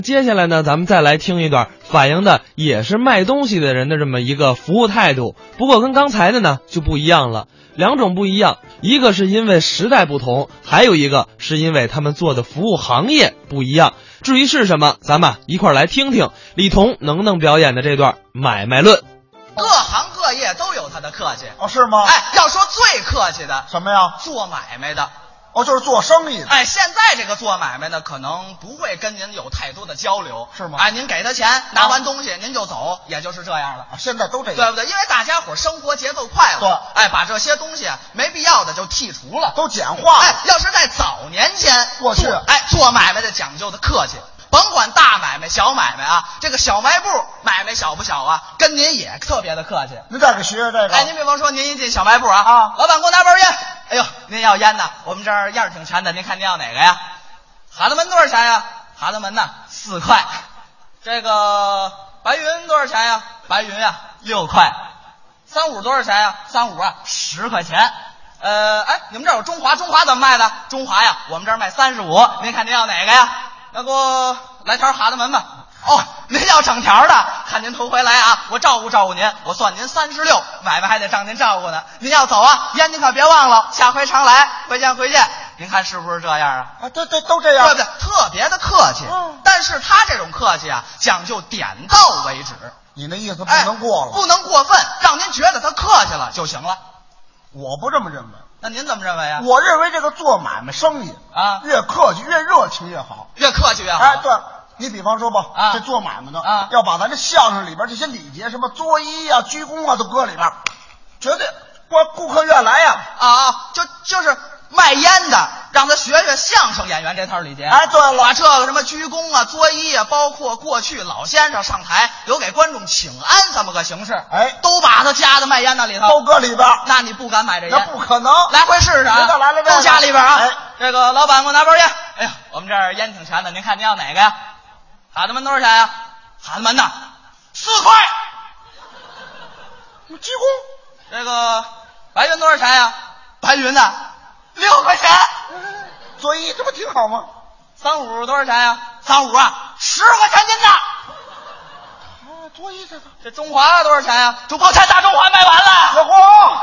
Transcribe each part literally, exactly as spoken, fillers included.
接下来呢，咱们再来听一段，反映的也是卖东西的人的这么一个服务态度，不过跟刚才的呢就不一样了。两种不一样，一个是因为时代不同，还有一个是因为他们做的服务行业不一样。至于是什么，咱们一块儿来听听李彤、能能表演的这段买卖论。 各行各业都有他的客气哦，是吗？ 哎，要说最客气的什么呀？ 做买卖的。 哦，就是做生意的。 哎，现在这个做买卖呢，可能不会跟您有太多的交流， 是吗？ 哎，您给他钱，拿完东西、啊、您就走，也就是这样了。 啊，现在都这样， 对不对？因为大家伙生活节奏快了， 对， 哎，把这些东西啊没必要的就剔除了， 都简化了。 哎，要是在早年间过去， 哎，做买卖的讲究的客气。甭管大买卖小买卖啊，这个小卖部买卖小不小啊，跟您也特别的客气。 您再给学学这个。 哎，您比方说您一进小卖部啊， 啊， 老板给我拿包烟。哎呦，您要烟呢？我们这儿烟挺全的，您看您要哪个呀？哈德门多少钱呀？哈德门呢四块。这个白云多少钱呀？白云呀六块。三五多少钱呀？三五啊十块钱。呃，哎，你们这儿有中华，中华怎么卖的？中华呀，我们这儿卖三十五。您看您要哪个呀？那给我来条哈德门吧。哦，您要整条的，看您头回来啊，我照顾照顾您，我算您三十六，买卖还得让您照顾呢。您要走啊，烟您可别忘了，下回常来，回见回见。您看是不是这样啊？ 啊，对对，都这样， 对不对？特别的客气。嗯，但是他这种客气啊，讲究点到为止。 你那意思不能过了， 哎，不能过分，让您觉得他客气了就行了。 我不这么认为。 那您怎么认为啊？ 我认为这个做买卖生意啊， 越客气越热情越好， 越客气越好。 哎，对。你比方说吧， 啊， 这做买卖的啊， 要把咱这相声里边这些礼节，什么作揖啊、鞠躬啊，都搁里边，绝对顾顾客愿来呀。 啊，就就是卖烟的，让他学学相声演员这套礼节。 哎，对了， 把这个什么鞠躬啊、作揖啊，包括过去老先生上台有给观众请安这么个形式， 哎， 都把他加在卖烟那里头， 都搁里边。 那你不敢买这烟？ 那不可能。 来回试试啊！ 来来， 都加里边啊！ 哎， 这个老板给我拿包烟。哎呀，我们这儿烟挺全的，您看您要哪个呀？哈德门多少钱呀？哈德门呢？四块。 鞠躬。 这个白云多少钱呀？白云呢？六块钱。 作揖，这不挺好吗？ 三五多少钱呀？三五啊，十块钱您的。 啊，作揖这个。 这中华多少钱呀？主抱歉，大中华卖完了。 哟嚯！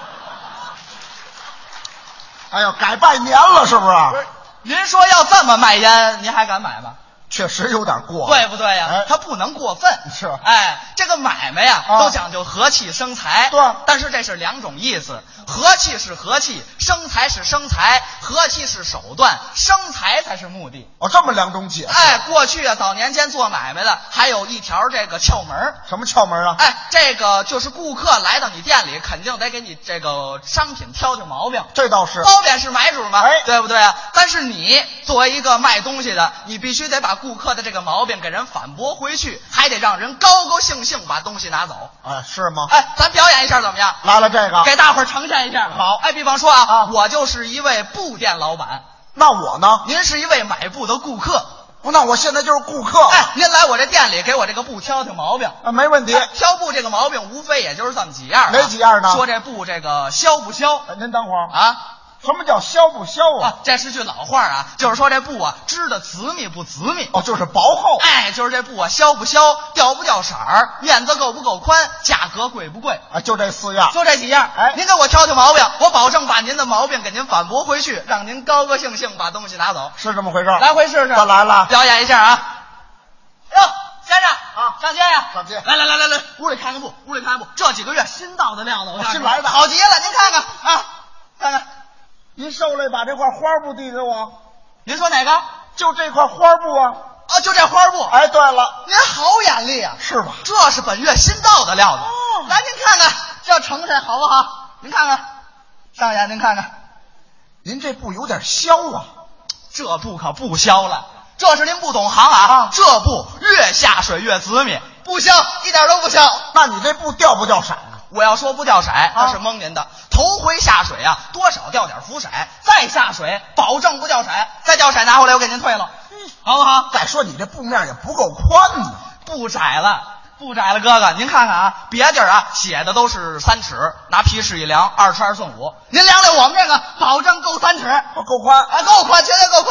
哎呀，改拜年了是不是？ 不是，您说要这么卖烟，您还敢买吗？ 确实有点过， 对不对呀？ 哎， 他不能过分。 是， 哎，这个买卖呀， 啊， 都讲究和气生财。 对， 但是这是两种意思，和气是和气，生财是生财，和气是手段，生财才是目的。 哦，这么两种解释。 哎，过去啊，早年间做买卖的还有一条这个窍门。 什么窍门啊？ 哎，这个就是顾客来到你店里，肯定得给你这个商品挑挑毛病。 这倒是， 褒贬是买主嘛， 哎， 对不对啊？但是你作为一个卖东西的，你必须得把顾客的这个毛病给人反驳回去，还得让人高高兴兴把东西拿走。 哎，是吗？ 哎，咱表演一下怎么样？ 来了这个， 给大伙儿呈现一下。 好， 哎，比方说啊， 啊我就是一位布店老板， 那我呢？ 您是一位买布的顾客。 那我现在就是顾客。 哎，您来我这店里给我这个布挑挑毛病啊，没问题。 哎，挑布这个毛病无非也就是这么几样，啊， 哪几样呢？ 说这布这个削不削？ 哎，您等会儿啊。 什么叫削不削啊？ 啊，这是句老话啊，就是说这布啊织的紫密不紫密。 哦，就是薄厚。 哎，就是这布啊削不削，掉不掉色儿，面子够不够宽，价格贵不贵啊？就这四样， 就这几样。 哎， 您给我挑挑毛病，我保证把您的毛病给您反驳回去，让您高高兴兴把东西拿走。 是这么回事？ 来回试试。 再来了， 表演一下啊！哟，先生啊， 上街呀！ 上街。 来来来来来，屋里看看布，屋里看看布。这几个月新到的料子，我新来的， 好极了。您看看啊，看看。 您受累把这块花布递给我。 您说哪个？ 就这块花布啊。 啊，就这花布。 哎，对了， 您好眼力啊， 是吧？ 这是本月新到的料子。 哦， 来，您看看这成色好不好？您看看，上眼您看看， 您这布有点削啊。 这布可不削了，这是您不懂行啊。 啊， 这布越下水越紫密，不削，一点都不削。 那你这布掉不掉色啊？ 我要说不掉色，那是蒙您的。头回下水啊，多少掉点浮色，再下水保证不掉色，再掉色拿回来我给您退了，嗯，好不好？ 再说你这布面也不够宽呢。 不窄了，不窄了，哥哥，您看看啊，别地儿啊写的都是三尺，拿皮尺一量，二尺二寸五，您量量我们这个，保证够三尺， 够宽， 啊，够宽，绝对够宽。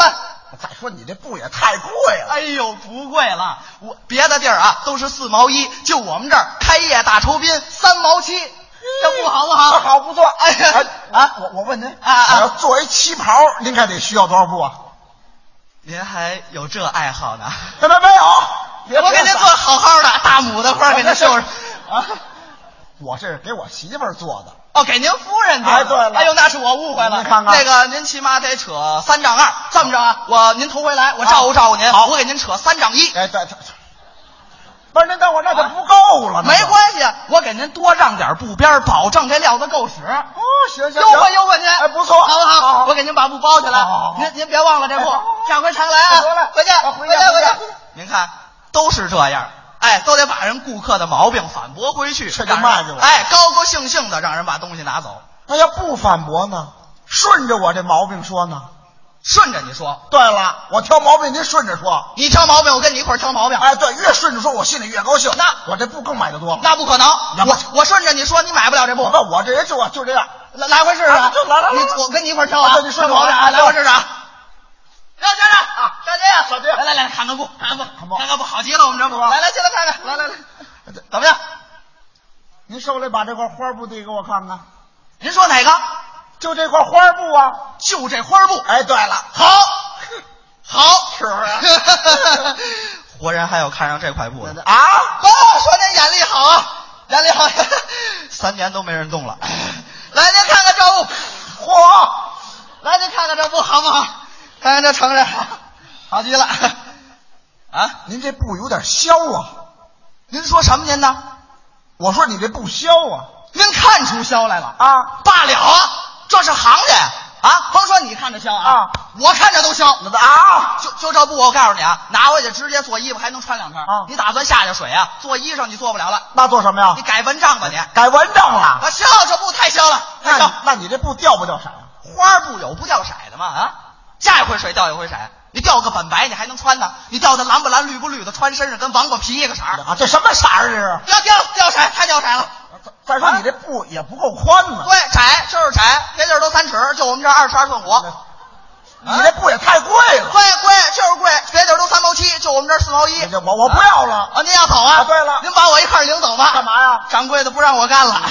再说你这布也太贵了。 哎呦，不贵了，我别的地儿啊都是四毛一，就我们这儿开业大酬宾三毛七，这布好不好？ 好，不错。 哎呀啊，我我问您啊啊我要做一旗袍，您看得需要多少布啊？ 您还有这爱好呢？ 没没没有，别我给您做好好的大母的花，给您绣上啊。 我这是给我媳妇儿做的。 哦，给您夫人做的。 哎，对了， 哎呦，那是我误会了。 您看看， 那个您起码得扯三丈二，这么着啊，我您头回来，我照顾照顾您， 好， 我给您扯三丈一。 哎，对对。不是您等会儿，那就不够了。 没关系，我给您多让点布边，保证这料子够使。 哦，行行， 优惠优惠您。 哎，不错， 好不好？ 好， 我给您把布包起来。您您别忘了这布，下回常来啊。回见，回见，回见。您看，都是这样。哎，都得把人顾客的毛病反驳回去， 这就卖给我。 哎，高高兴兴的让人把东西拿走。 那要不反驳呢？顺着我这毛病说呢？ 顺着你说。 对了，我挑毛病，您顺着说。 你挑毛病，我跟你一块儿挑毛病。 哎，对，越顺着说，我心里越高兴。 那我这布更买的多了。 那不可能，我我顺着你说，你买不了这布。 不，我这人就就这样。 来来回试试。 啊、就来来来， 你我跟你一块儿挑啊。 你顺着毛病啊，来回试试啊。小姐姐啊， 小姐姐， 小姐， 来来来，看看布，看看布， 看布， 看看布，好极了，我们这布。来来，进来看看，来来来，怎么样？ 您手里把这块花布递给我看看。 您说哪个？ 就这块花布啊， 就这花布。 哎，对了， 好，好， 是不是？ 活人还有看上这块布的啊？ 哦，说您眼力好啊，眼力好，三年都没人动了。来，您看看这布， 嚯！ 来，您看看这布好不好？看看这成人，好极了。啊， 您这布有点削啊。 您说什么您呢？ 我说你这布削啊。 您看出削来了啊？ 罢了啊，这是行家呀！啊，甭说你看着削啊， 啊我看着都削。 啊， 就就这布，我告诉你啊，拿回去直接做衣服，还能穿两天。 啊， 你打算下下水啊？做衣裳你做不了了。 那做什么呀？ 你改蚊帐吧你。 改蚊帐了？ 啊，削这布太削了，太削。 那你这布掉不掉色呀？ 花布有不掉色的吗？啊，下一回水掉一回色。你掉个本白，你还能穿呢？你掉的蓝不蓝、绿不绿的，穿身上跟王八皮一个色儿啊！这什么色儿这是？ 掉掉掉色，太掉色了。 再说你这布也不够宽呢。 对，窄就是窄，别地儿都三尺，就我们这二十二寸五。 你这布也太贵了。 贵贵就是贵，别地儿都三毛七，就我们这儿四毛一。 我我不要了啊！您要走啊？ 对了， 您把我一块领走吧。 干嘛呀？ 掌柜的不让我干了。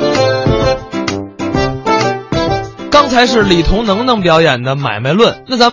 刚才是李童能能表演的买卖论，那咱